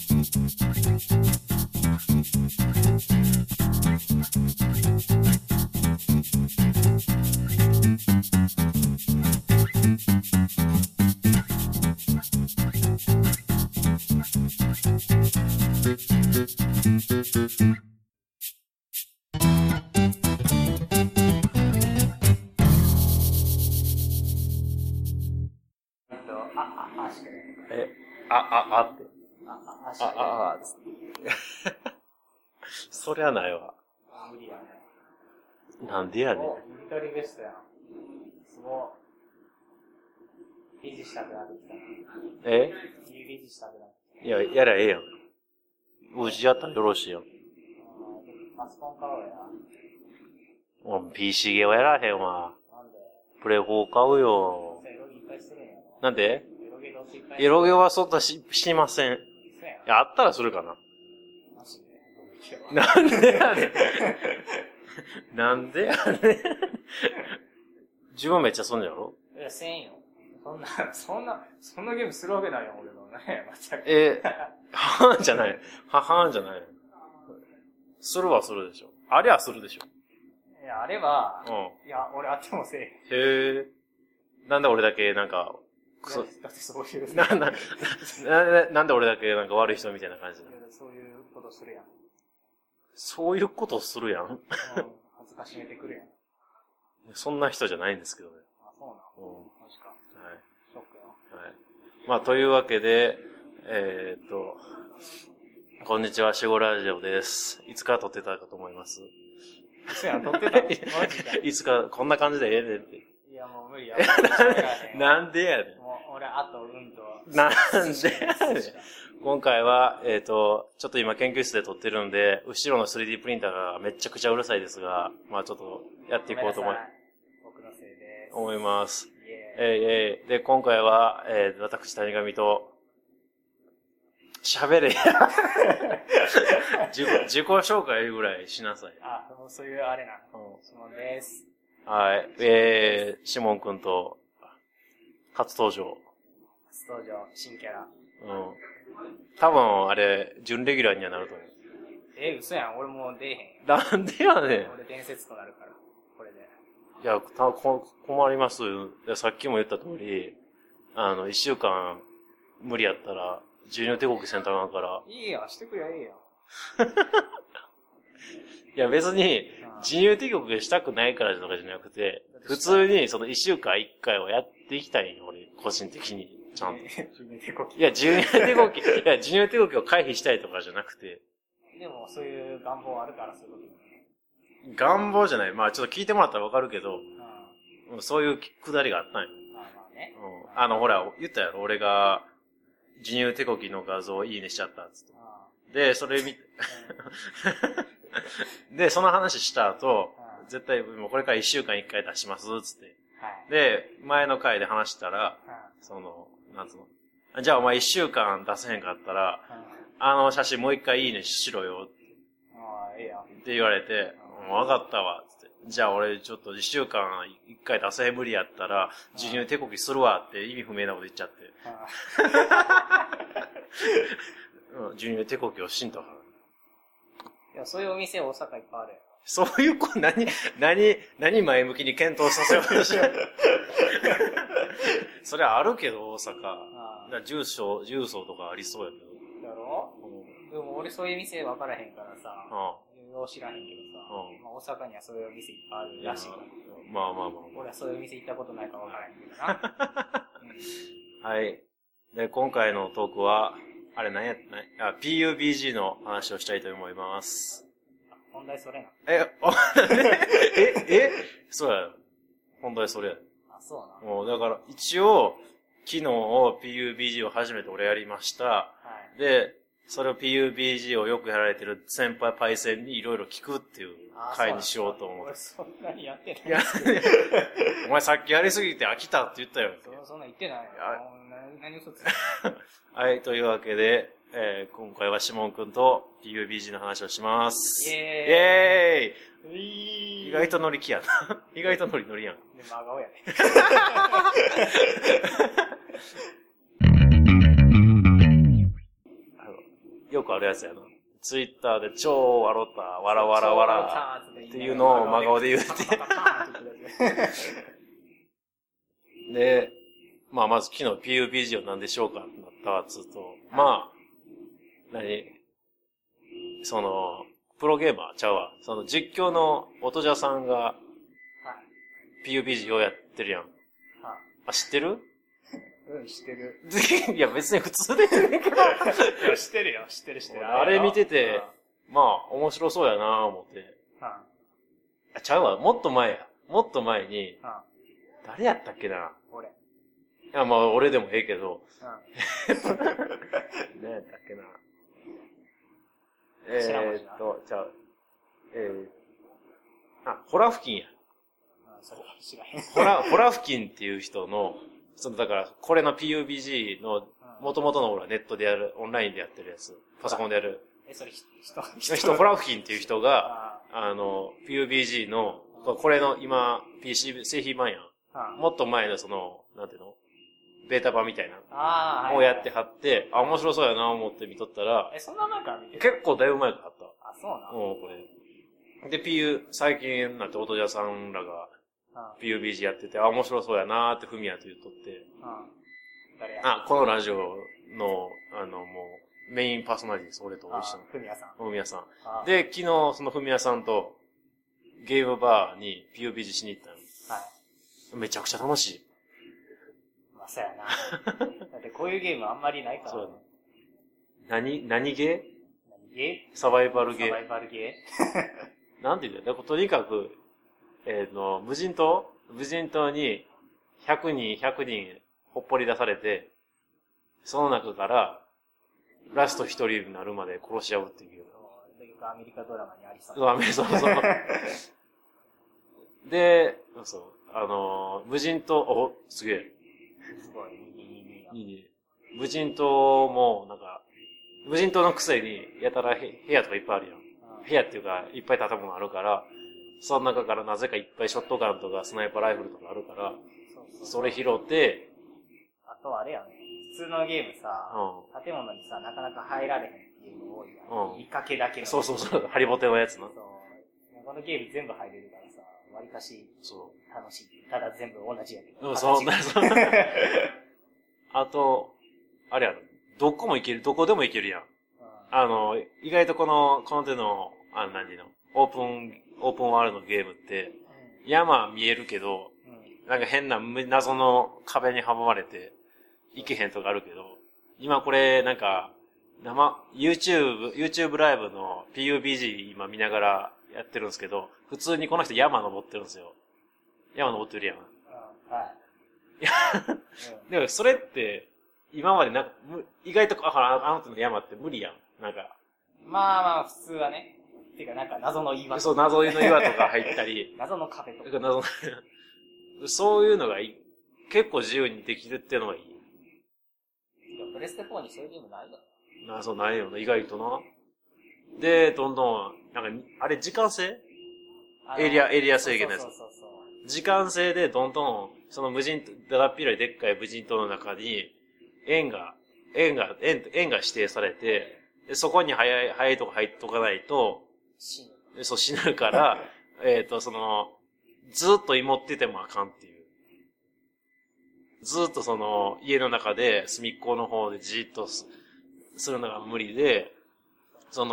ってつってそりゃないわ。 無理やね。 なんでやねん。 ミリタリーベストやん。すごい。維持したくなってきたな。維持したくなってきた。 いや、やらええやん。うちやったらよろしいやん。 パソコン買おうや。 もう PC ゲーはやらへんわ。 なんでプレ4買うよ。 エロゲいっぱいするんやろ。 なんでエロゲどうせいっぱいする。 エロゲはそんなしません。いや、あったらするかな。 マジでなんでやねん。なんでやねん。自分めっちゃすんのやろ？ いや、せんよ。そんなゲームするわけないよ、俺のね。 ははんじゃない。ははんじゃない。するはするでしょ。あれはするでしょ。 いや、あれは、 うん。 いや、俺あってもせえ。 へえ。なんで俺だけなんか、 だってそういう。 なんで俺だけなんか悪い人みたいな感じなの？ そういうことするやん。 そういうことするやん。 恥ずかしめてくるやん。 そんな人じゃないんですけどね。 あ、そうなの？マジか。 はい。 ショックよ。 はい。まあ、というわけで、こんにちは、シゴラジオです。いつから撮ってたかと思います。 そうやん、撮ってた。マジか。 いつか、こんな感じでええねんって。 いや、もう無理や。 なんでやねん。 もう、俺、あと、うんと。 なんでやねん。今回は、ちょっと今研究室で撮ってるんで、後ろの 3D プリンターがめちゃくちゃうるさいですが、まあちょっとやっていこうと僕のせいです。 思います。で、今回は、私、谷上と、喋れや。自己紹介ぐらいしなさい。 あ、もうそういうあれな。シモンです。 はい。シモン君と、初登場。 初登場、新キャラ。 多分、あれ、準レギュラーにはなると思う。 嘘やん。俺もう出えへん。 なんでやねん。 俺伝説となるから。これで。 いや、困ります。さっきも言った通り、1週間無理やったら、授乳手こきせんとあかんから。 いいやん、してくりゃいいやん。 いや、別に、授乳手こきしたくないからとかじゃなくて、普通にその1週間1回はやっていきたいよ、俺、個人的に。ちゃんと。 授乳手こき。 いや、授乳手こき、授乳手こきを回避したいとかじゃなくて。 でも、そういう願望あるから、そういうこと。 願望じゃない。まあちょっと聞いてもらったらわかるけど、そういうくだりがあったんよ。 まあね。 ほら、言ったやろ、俺が、授乳手こきの画像をいいねしちゃったっつって。で、それ見て、で、その話した後、絶対もうこれから1週間1回出しますっつって。で、前の回で話したら、なんつうの。じゃあお前1週間出せへんかったら、写真もう1回いいねしろよ。って言われて、わかったわ、つって。じゃあ俺ちょっと1週間1回出せ無理やったら、授乳手こきするわって意味不明なこと言っちゃって。授乳手こきをしんと。 いや、そういうお店大阪いっぱいあるよ。 そういう子、何前向きに検討させようとしてる。それはあるけど、大阪。重曹とかありそうやけど。 だろ？でも俺そういう店分からへんからさ、よう知らへんけどさ、大阪にはそういう店いっぱいあるらしい。 まあ。 俺はそういう店行ったことないから分からへんけどな。 はい。で、今回のトークは、PUBG の話をしたいと思います。 本題それな。 そうや。本題それや。 あ、そうな。 もう、だから、一応、昨日 PUBG を初めて俺やりました。で、それを PUBG をよくやられてる先輩パイセンにいろいろ聞くっていう回にしようと思って。 俺そんなにやってない。 お前さっきやりすぎて飽きたって言ったよ。 そんな言ってない。何嘘ついはい、というわけで、今回はシモン君と PUBG の話をします。イェーイ！意外と乗り気やな。意外と乗りやん。 で、真顔やね。 よくあるやつやな。ツイッターで超笑った、わらわらわらっていうのを真顔で言って。で、まあまず昨日 PUBG を何でしょうかってなったっつうと、まあ、その、プロゲーマーちゃうわ。その実況の音じゃさんが PUBG をやってるやん。あ、知ってる？ うん、知ってる。 いや、別に普通で言うねんけど。いや、知ってるよ、知ってる。 あれ見てて、まあ、面白そうやなぁ思って。ちゃうわ、もっと前や。もっと前に、誰やったっけな？ 俺。 いや、まあ、俺でもええけど。何やったっけな。ちゃう。ホラフキンや。 それは知らへん。 ホラフキンっていう人の、だから、これの PUBG の、元々の俺はネットでやる、オンラインでやってるやつ、パソコンでやる。 それホラフキンっていう人が、PUBG の、これの今、PC 製品版やん。もっと前のなんていうのベータ版みたいな。をやってはって、面白そうやな思って見とったら、 そんな前から見てる？ 結構だいぶ前からあった。 あ、そうなの？これ。で、最近なって音じゃさんらが、PUBG やってて、面白そうやなーってふみやと言っとって。 誰や？ このラジオの、もう、メインパーソナリティです、俺と一緒の。 ふみやさん。 ふみやさん。で、昨日、そのふみやさんと、ゲームバーに PUBG しに行ったの。はい。めちゃくちゃ楽しい。 まあ、そうやな。だってこういうゲームあんまりないからね。そうだね。何ゲーサバイバルゲー。 サバイバルゲーなんて言うんだよ。とにかく、無人島に100人ほっぽり出されて、その中からラスト1人になるまで殺し合うっていう。 よくアメリカドラマにありそう。 そう。で、無人島、すげえ。 すごい、 いい。無人島も、無人島のくせに、やたら部屋とかいっぱいあるやん。部屋っていうか、いっぱい建物あるから、その中からなぜかいっぱいショットガンとかスナイパーライフルとかあるから、それ拾って、 あとあれやね、普通のゲームさ、建物にさ、なかなか入られへんっていうの多いやん。見かけだけの。 そう、ハリボテのやつな。 そう。このゲーム全部入れるからさ、わりかし、楽しい。ただ全部同じやけど。 そう。あと、あれやろ、どこでも行けるやん。意外とこの手の、オープンワールドのゲームって、山見えるけど、なんか変な謎の壁に阻まれて、行けへんとかあるけど、今これYouTube ライブの PUBG 今見ながらやってるんですけど、普通にこの人山登ってるんですよ。山登ってるやん。 はい。 いや、でもそれって、今まで意外と、あの人の山って無理やん。 まあ、普通はね。ていうか謎の岩とか。 そう、謎の岩とか入ったり。 謎の壁とか。 そういうのが結構自由にできるっていうのがいい。 プレステ4にそういうゲームないだろ。 そうないよな、意外とな。で、どんどん、あれ時間制？エリア制限のやつ。そう。時間制でどんどん、そのだらっぴらいでっかい無人島の中に、円が指定されて、でそこに早いとこ入っとかないと、死ぬから、ずっと芋っててもあかんっていう。ずっと家の中で隅っこの方でじっとするのが無理で、死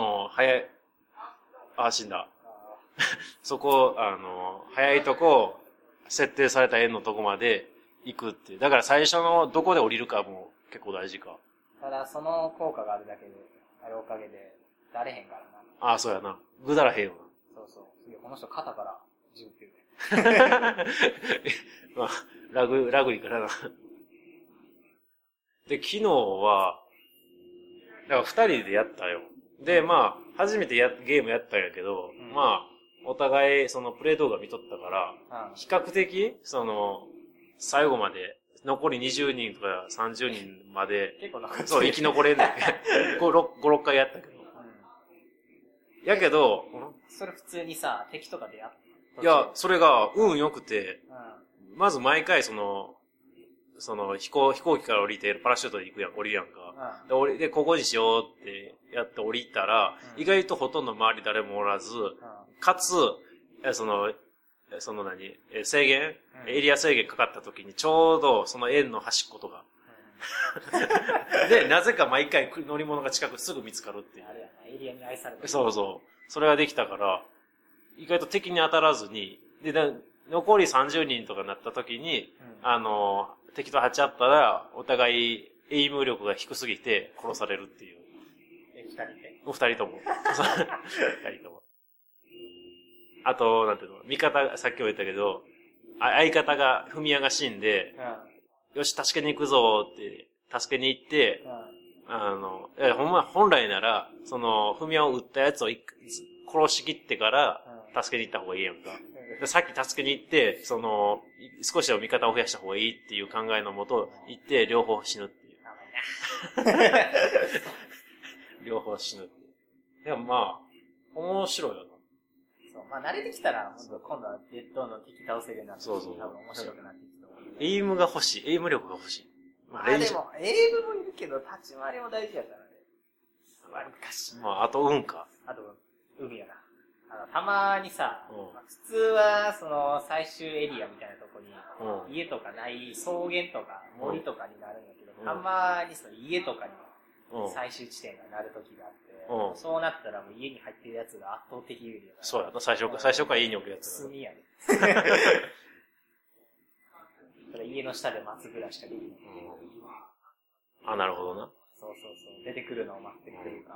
んだ。そこ、早いとこ、設定された円のとこまで行くっていう。だから最初のどこで降りるかも結構大事か。 ただその効果があるだけで、あれおかげで、だれへんからな。 そうやな。ぐだらへんよな。そう。この人肩から銃撃ってるね。まあ、ラグリーからな。で、昨日は、二人でやったよ。で、まあ、初めてゲームやったんやけど、まあ、お互い、プレイ動画見とったから、比較的、最後まで、残り20人とか30人まで、 結構残ってそう、生き残れんねん。6回やったけど。やけど、 それ普通にさ、敵とかでいや、それが、運良くて、まず毎回飛行機から降りて、パラシュートで降りるやんか。で、ここにしようってやって降りたら、意外とほとんど周り誰もおらず、かつ、制限、エリア制限かかった時にちょうどその円の端っことか。で、なぜか毎回乗り物が近くすぐ見つかるっていう。 あれやな、エリアに愛されてる。 そうそう。それができたから、意外と敵に当たらずに、で、残り30人とかになった時に、敵と鉢合ったら、お互いエイム力が低すぎて殺されるっていう。 二人で。 二人とも。二人とも。あと、なんていうの、味方、さっきも言ったけど、相方が、フミヤが死んで、よし、助けに行くぞって、助けに行って、本来なら、フミヤを撃ったやつを殺しきってから、助けに行った方がいいやんか。でさっき助けに行って、少しでも味方を増やした方がいいっていう考えのもと、行って、両方死ぬっていう。両方死ぬ。でもまあ、面白いよな。 そう、まあ慣れてきたら、今度はデッドの敵倒せるようになって、 そうそう。 多分面白くなってきそう。 エイムが欲しい。エイム力が欲しい。 まあでも、エイムもいるけど、立ち回りも大事やからね。割かし。 まあ、あと運か。 あと、海やな。たまにさ、普通は、最終エリアみたいなとこに、家とかない草原とか森とかになるんだけど、たまに家とかに最終地点がなる時があって、そうなったらもう家に入ってるやつが圧倒的有利だから。 そうやな、最初から家に置くやつが。炭やね。家の下で待つぐらいしかできない。 あ、なるほどな。 そう。出てくるのを待ってくれるか。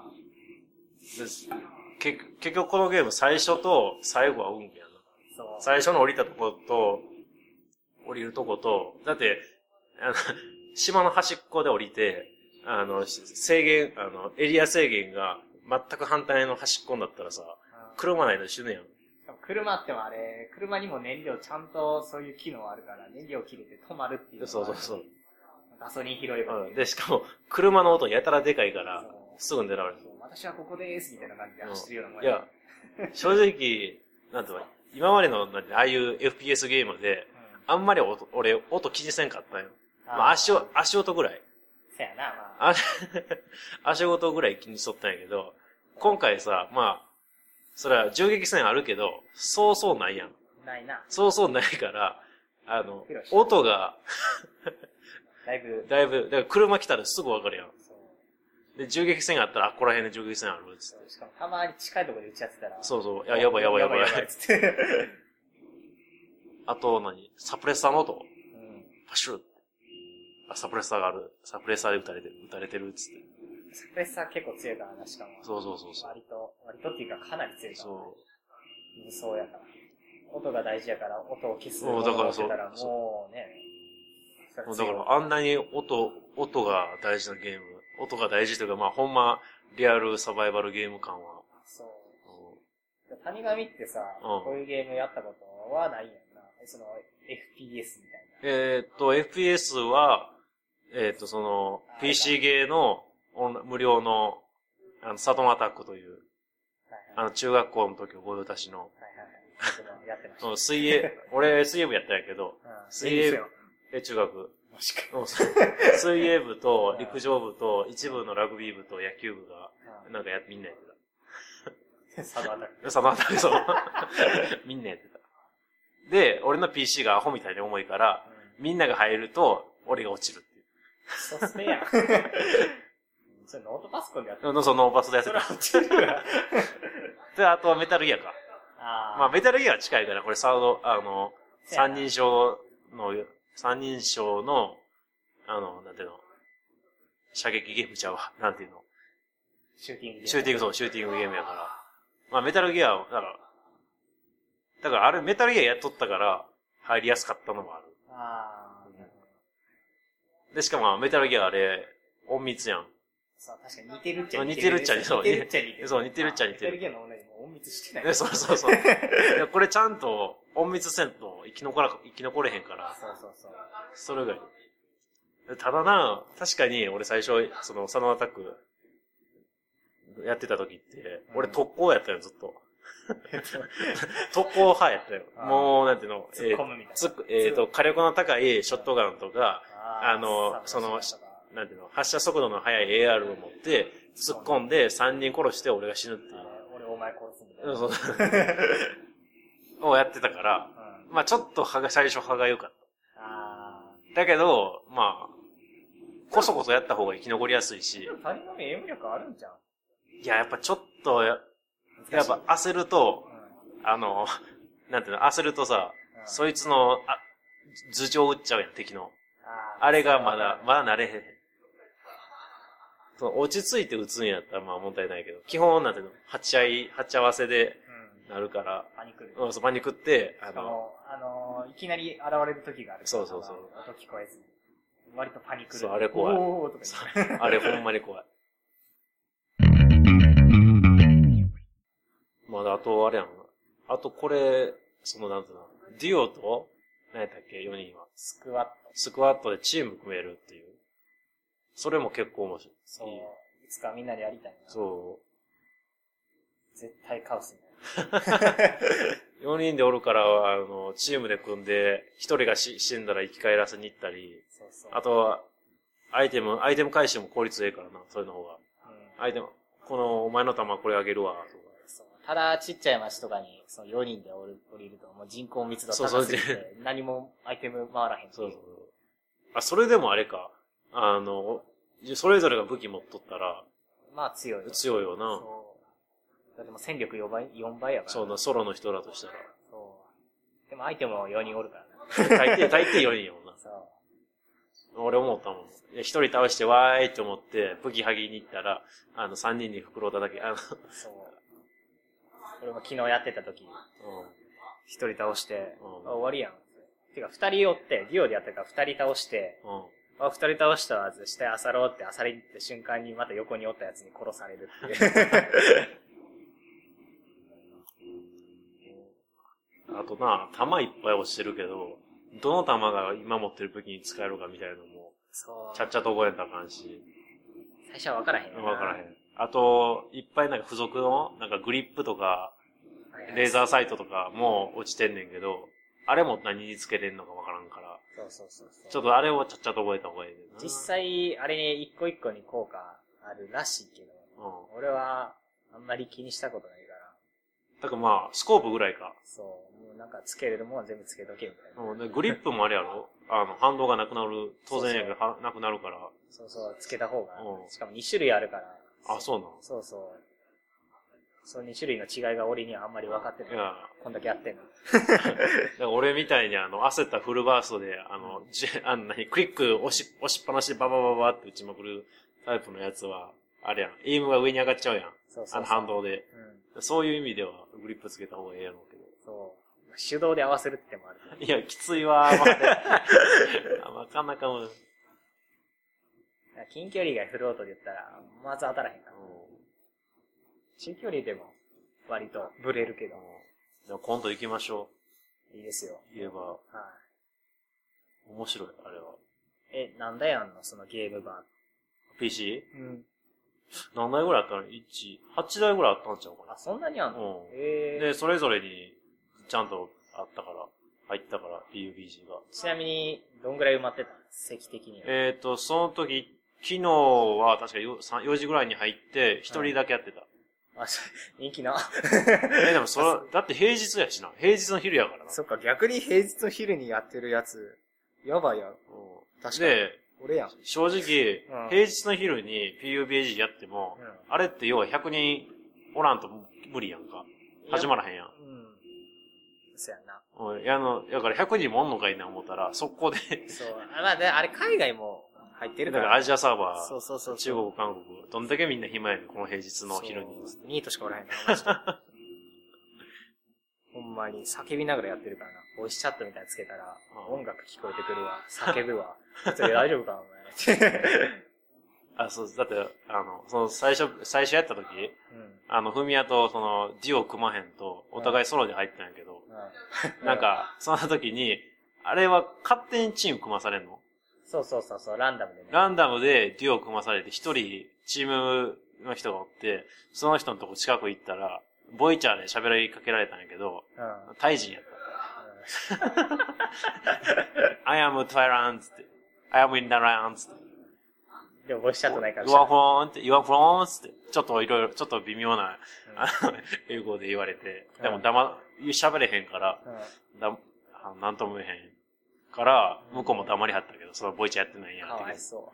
結局このゲーム最初と最後は運気やな。最初の降りたとこと降りるとこと、だって島の端っこで降りて制限エリア制限が全く反対の端っこになったらさ、車ないの死ぬやん。 車ってもあれ、車にも燃料ちゃんとそういう機能あるから燃料切れて止まるっていう。 そう。 ガソリン拾えば、 で、しかも車の音やたらでかいからすぐ狙われる。 私はここですみたいな感じで走るようなもんいや、正直、なんていうの、今までの、ああいう FPS ゲームで、あんまり俺、音気にせんかったんよ。まあ、足音ぐらい。 そやな、まあ。 足音ぐらい気にしとったんやけど、今回さ、まあ、それは銃撃戦あるけど、そうそうないやん。 ないな。 そうそうないから、音がだいぶ、 だから車来たらすぐわかるやん。で、銃撃戦があったら、ここら辺で銃撃戦あるっつって。 しかもたまに近いところで撃ち合ってたら。 そう。やばい。つって。あとサプレッサーの音。パシュッ。サプレッサーがある。サプレッサーで撃たれてるっつって。 サプレッサー結構強いからな、しかも。 そう。 割とっていうかかなり強いから。そうやから。音が大事やから、音を消すものを持ってたらもうね。 だからあんなに音が大事なゲーム。音が大事というか、まあ、ほんま、リアルサバイバルゲーム感は。 そう。谷上ってさ、こういうゲームやったことはないんやんな。FPS みたいな。 FPS は、PC ゲーの無料の、サトンアタックという、中学校の時覚えたしの、 やってました。 俺水泳部やったんやけど、水泳部、中学。水泳部と陸上部と一部のラグビー部と野球部が、みんなやってた。 サドアタック。 サドアタック、そう。みんなやってた。で、俺の PC がアホみたいに重いから、みんなが入ると、俺が落ちるっていう。 そうっすねやん。それノートパソコンでやってた。 そう、ノーパソでやってた。 それ落ちるわ。 で、あとはメタルギアか。まあ、メタルギアは近いから、これ三人称の、なんていうの、射撃ゲームちゃうわ。なんていうの。 シューティングゲーム。 シューティングゲームやから。まあ、メタルギア、だからあれ、メタルギアやっとったから、入りやすかったのもある。で、しかも、メタルギアあれ、隠密やん。 そう、確かに似てるっちゃ似てる。そう、似てるっちゃ似てる。 メタルギアの女にも隠密してない。 そう。いや、これちゃんと、隠密せんと生き残れへんから。 そう。 それがいい。ただな、確かに俺最初、サノアタックやってた時って、俺特攻やったよ、ずっと。特攻派やったよ。もう、なんていうの、火力の高いショットガンとか、なんていうの、発射速度の速い AR を持って、 突っ込んで3人殺して俺が死ぬっていう。 俺お前殺すみたいな。 そう。をやってたから、まあちょっと最初歯が良かった。だけど、まあ、こそこそやった方が生き残りやすいし。 谷のエイム力あるんじゃん。 いや、やっぱちょっと、やっぱ焦ると、なんていうの、焦るとさ、そいつの、頭上撃っちゃうやん、敵の。あれがまだ慣れへん。落ち着いて撃つんやったらまあ問題ないけど、基本なんていうの、鉢合わせでなるから、 パニクる。 そう、パニクって、 いきなり現れる時がある。 そう。 音聞こえずに。割とパニクる。 そう、あれ怖い。あれほんまに怖い。まだあと、あれやん。あとこれ、なんていうの、デュオと、何やったっけ、4人は。 スクワット。 スクワットでチーム組めるっていう。それも結構面白い。 そう。いつかみんなでやりたいな。 そう。 絶対カオスになる。4人でおるから、チームで組んで、1人が死んだら生き返らせに行ったり、そうあとは、アイテム回収も効率ええからな、そういうの方が。アイテム、お前の弾これあげるわ、とか。 ただ、ちっちゃい町とかに、4人で降りると、もう人口密度高すぎて、何もアイテム回らへん。 そう。それでもあれか。それぞれが武器持っとったら、 まあ強いよな。 そう。だってもう戦力4倍やから。 そうな、ソロの人だとしたら。 そう。でも相手も4人おるからな。大抵4人やもんな。そう。俺思ったもん。1人倒してわーいって思って、武器剥ぎに行ったら、3人に袋叩き、 そう。俺も昨日やってた時、1人倒して、終わりやん。てか2人おって、デュオでやったから2人倒して、2人倒したわず、下漁ろうって漁りに行って瞬間にまた横におったやつに殺されるっていう。 あとな、弾いっぱい落ちてるけど、どの弾が今持ってる武器に使えるかみたいなのも、ちゃっちゃと覚えたらあかんし。 最初は分からへんよな。 分からへん。あと、いっぱいなんか付属の、なんかグリップとか、レーザーサイトとかも落ちてんねんけど、あれも何につけれんのか分からんから。 そう。 ちょっとあれをちゃっちゃと覚えた方がいいね。 実際、あれ一個一個に効果あるらしいけど、俺はあんまり気にしたことないから。 だからまあ、スコープぐらいか。 そう。もうなんかつけれるもんは全部つけとけみたいな。 グリップもあれやろ反動がなくなる、当然やけどなくなるから。 そう、つけた方が。しかも2種類あるから。 あ、そうなの？ そう。その2種類の違いが俺にはあんまり分かってない。こんだけやってんの。 だから俺みたいに焦ったフルバーストで、クリック押しっぱなしでババババって打ちまくるタイプのやつは、あれやん。エイムが上に上がっちゃうやん。反動で。そういう意味ではグリップつけた方がいいやろうけど。 そう。手動で合わせるってもある。 いや、きついわー、なかなかもう。 近距離以外フルオートで言ったら、まず当たらへんから。中距離でも割とブレるけど。 じゃあ今度行きましょう。いいですよ。 言えば。はい。面白い、あれは。 何台あんのそのゲーム版。 PC？ 何台ぐらいあったの ?8 台ぐらいあったんちゃうかな。 あ、そんなにあんの？ で、それぞれにちゃんとあったから、入ったから、PUBG が。 ちなみに、どんぐらい埋まってた席的には。 その時、昨日は確か4時ぐらいに入って、1人だけやってた。 あ、人気な。 でもだって平日やしな。平日の昼やからな。 そっか、逆に平日の昼にやってるやつ、やばいやろ。確かに。で、 俺やん。正直、平日の昼に PUBG やっても、あれって要は100人おらんと無理やんか。始まらへんやん。 そうやな。 だから100人もおんのかいな思ったら、速攻で。 そう。まあ、あれ海外も入ってるから。 だからアジアサーバー。 そう。 中国、韓国。どんだけみんな暇やねん、この平日の昼に。 ニートしかおらへんな、マジで。ほんまに叫びながらやってるからな。ボイスチャットみたいにつけたら、音楽聞こえてくるわ。叫ぶわ。それ大丈夫かお前。 そう、だって、最初やった時、フミヤとデュオ組まへんと、お互いソロで入ったんやけど、なんか、その時に、あれは勝手にチーム組まされんの？ そう、ランダムでね。 ランダムでデュオ組まされて、一人チームの人がおって、その人のとこ近く行ったら、ボイチャーで喋りかけられたんやけど、タイ人やった。I am Tyrant つって。I am in the land つって。 でもボイスチャットないから。 You are from って、You are from って、ちょっといろいろ、ちょっと微妙な、英語で言われて、でも喋れへんから、なんとも言えへんから、向こうも黙りはったけど、そのボイチャやってないんやって。 かわいそう。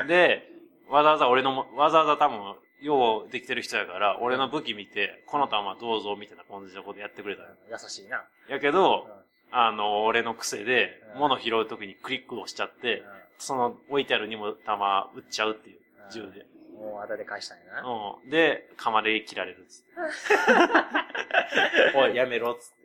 で、わざわざ多分、ようできてる人やから、俺の武器見て、この弾どうぞ、みたいな感じのことやってくれた。 優しいな。 やけど、俺の癖で、物拾うときにクリックをしちゃって、その置いてある弾撃っちゃうっていう、銃で。 もうあだで返したんやな。 で、釜で切られるっつって。おい、やめろっつって。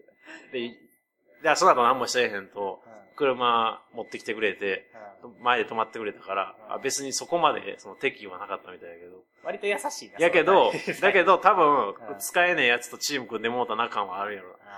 で、その後何もしてへんと、車持ってきてくれて、前で止まってくれたから、別にそこまでその敵意はなかったみたいだけど。 割と優しいな。 だけど多分、使えねえやつとチーム組んでもうた仲はあるやろ。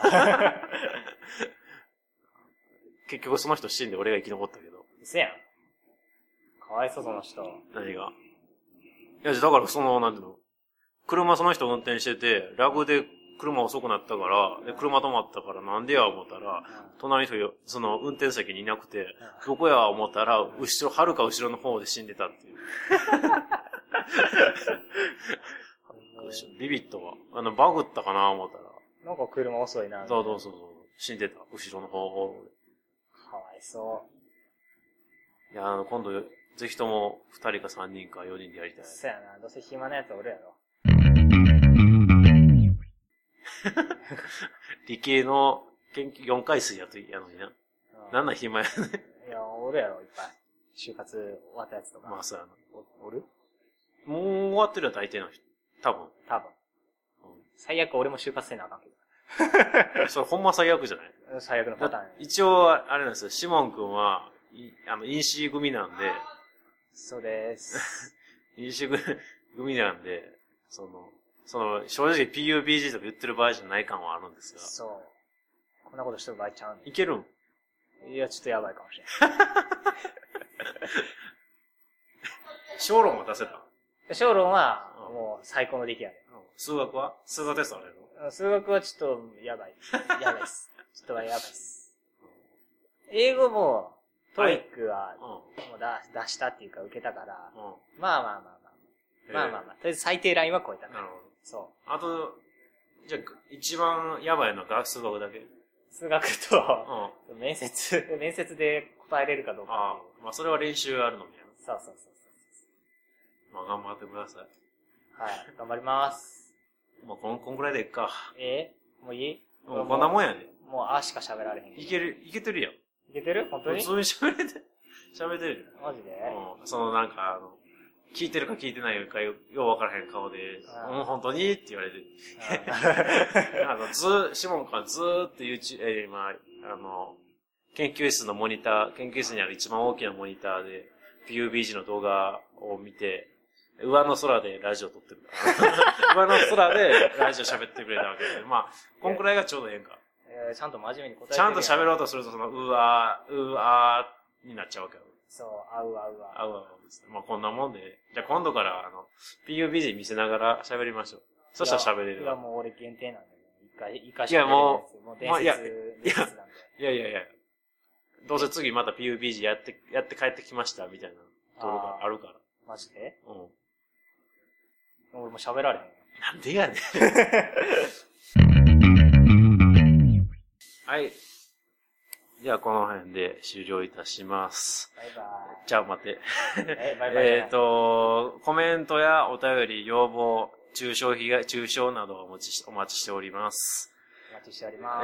結局その人死んで俺が生き残ったけど。 せやん。かわいそうその人。 何が？いや、だからなんていうの、車その人運転してて、ラグで車遅くなったから、で、車止まったからなんでや思ったら、隣の人、その運転席にいなくて、どこや思ったら、はるか後ろの方で死んでたっていう。ビビットは、バグったかな思ったら。 なんか車遅いな。 そう。死んでた。後ろの方で。 かわいそう。 いや、今度、ぜひとも2人か3人か4人でやりたい。 そうやな。どうせ暇なやつおるやろ。 理系の研究4回生やのにな。なんなん暇やね。 いや、おるやろ、いっぱい。就活終わったやつとか。 まあそうやな。 おる？ もう終わってるよ、大抵の人。多分。 最悪俺も就活せなあかんけど。それほんま最悪じゃない？ 最悪のパターン。 一応、あれなんですよ、シモン君は、飲酒組なんで。 そうです。 飲酒組なんで、正直 PUBG とか言ってる場合じゃない感はあるんですが。 そう。こんなことしてる場合ちゃうねん。 いけるん？ いや、ちょっとやばいかもしれない。 小論は出せた？ 小論は、もう最高の出来やね。 数学は？数学テストあるの？数学はちょっと、やばい。やばいっす。ちょっとやばいっす。英語も、トイックは、もう出したっていうか受けたから、まあ。とりあえず最低ラインは超えた。 なるほど。 そう。 あと、じゃあ、一番やばいのは数学だけ？ 数学と、面接で答えれるかどうか。 まあそれは練習あるのみや。 そう。 まあ頑張ってください。 はい、頑張ります。 まあこんくらいでいっか。 もういい？ もうこんなもんやで。 もうしか喋られへん。 いけてるやん。 いけてる？本当に？ 普通に喋ってる。 マジで？ なんか聞いてるか聞いてないかようわからへん顔で、本当にって言われて。シモン君はずーっとYouTube、研究室にある一番大きなモニターで、PUBG の動画を見て、上の空でラジオ撮ってる。上の空でラジオ喋ってくれたわけで、まあ、こんくらいがちょうどええんか。 ちゃんと真面目に答えてる。 ちゃんと喋ろうとすると、うわーになっちゃうわけよ。 そう、あうあです。まあこんなもんで。じゃあ今度からPUBG 見せながら喋りましょう。そしたら喋れる。 いや、もう俺限定なんで、一回いや、もう伝説なんで。 いや。どうせ次また PUBG やって帰ってきました、みたいな動画あるから。 マジで？ うん。 俺も喋られへん。 なんでやねん。はい。じゃあこの辺で終了いたします。 バイバイ。 じゃあ待って。 バイバイ。 コメントやお便り、要望、中傷などをお待ちしております。 お待ちしております。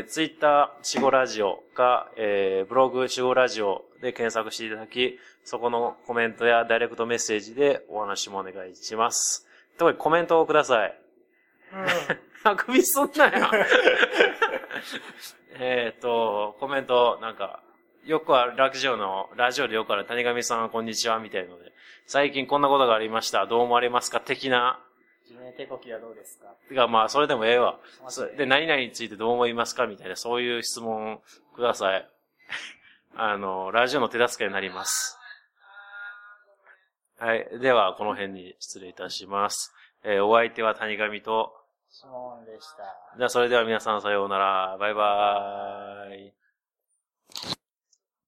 ツイッター、しごラジオか、ブログ、しごラジオで検索していただき、そこのコメントやダイレクトメッセージでお話もお願いします。特にコメントをください。あくびすんなよ。コメント、なんか、よくあるラジオでよくある谷上さんこんにちはみたいので、最近こんなことがありました。どう思われますか的な。 自分で手こきはどうですか？ てかまあ、それでもええわ。で、何々についてどう思いますかみたいな、そういう質問ください。ラジオの手助けになります。はい。では、この辺に失礼いたします。お相手は谷上と、 シモンでした。 じゃあ、それでは皆さんさようなら。バイバーイ。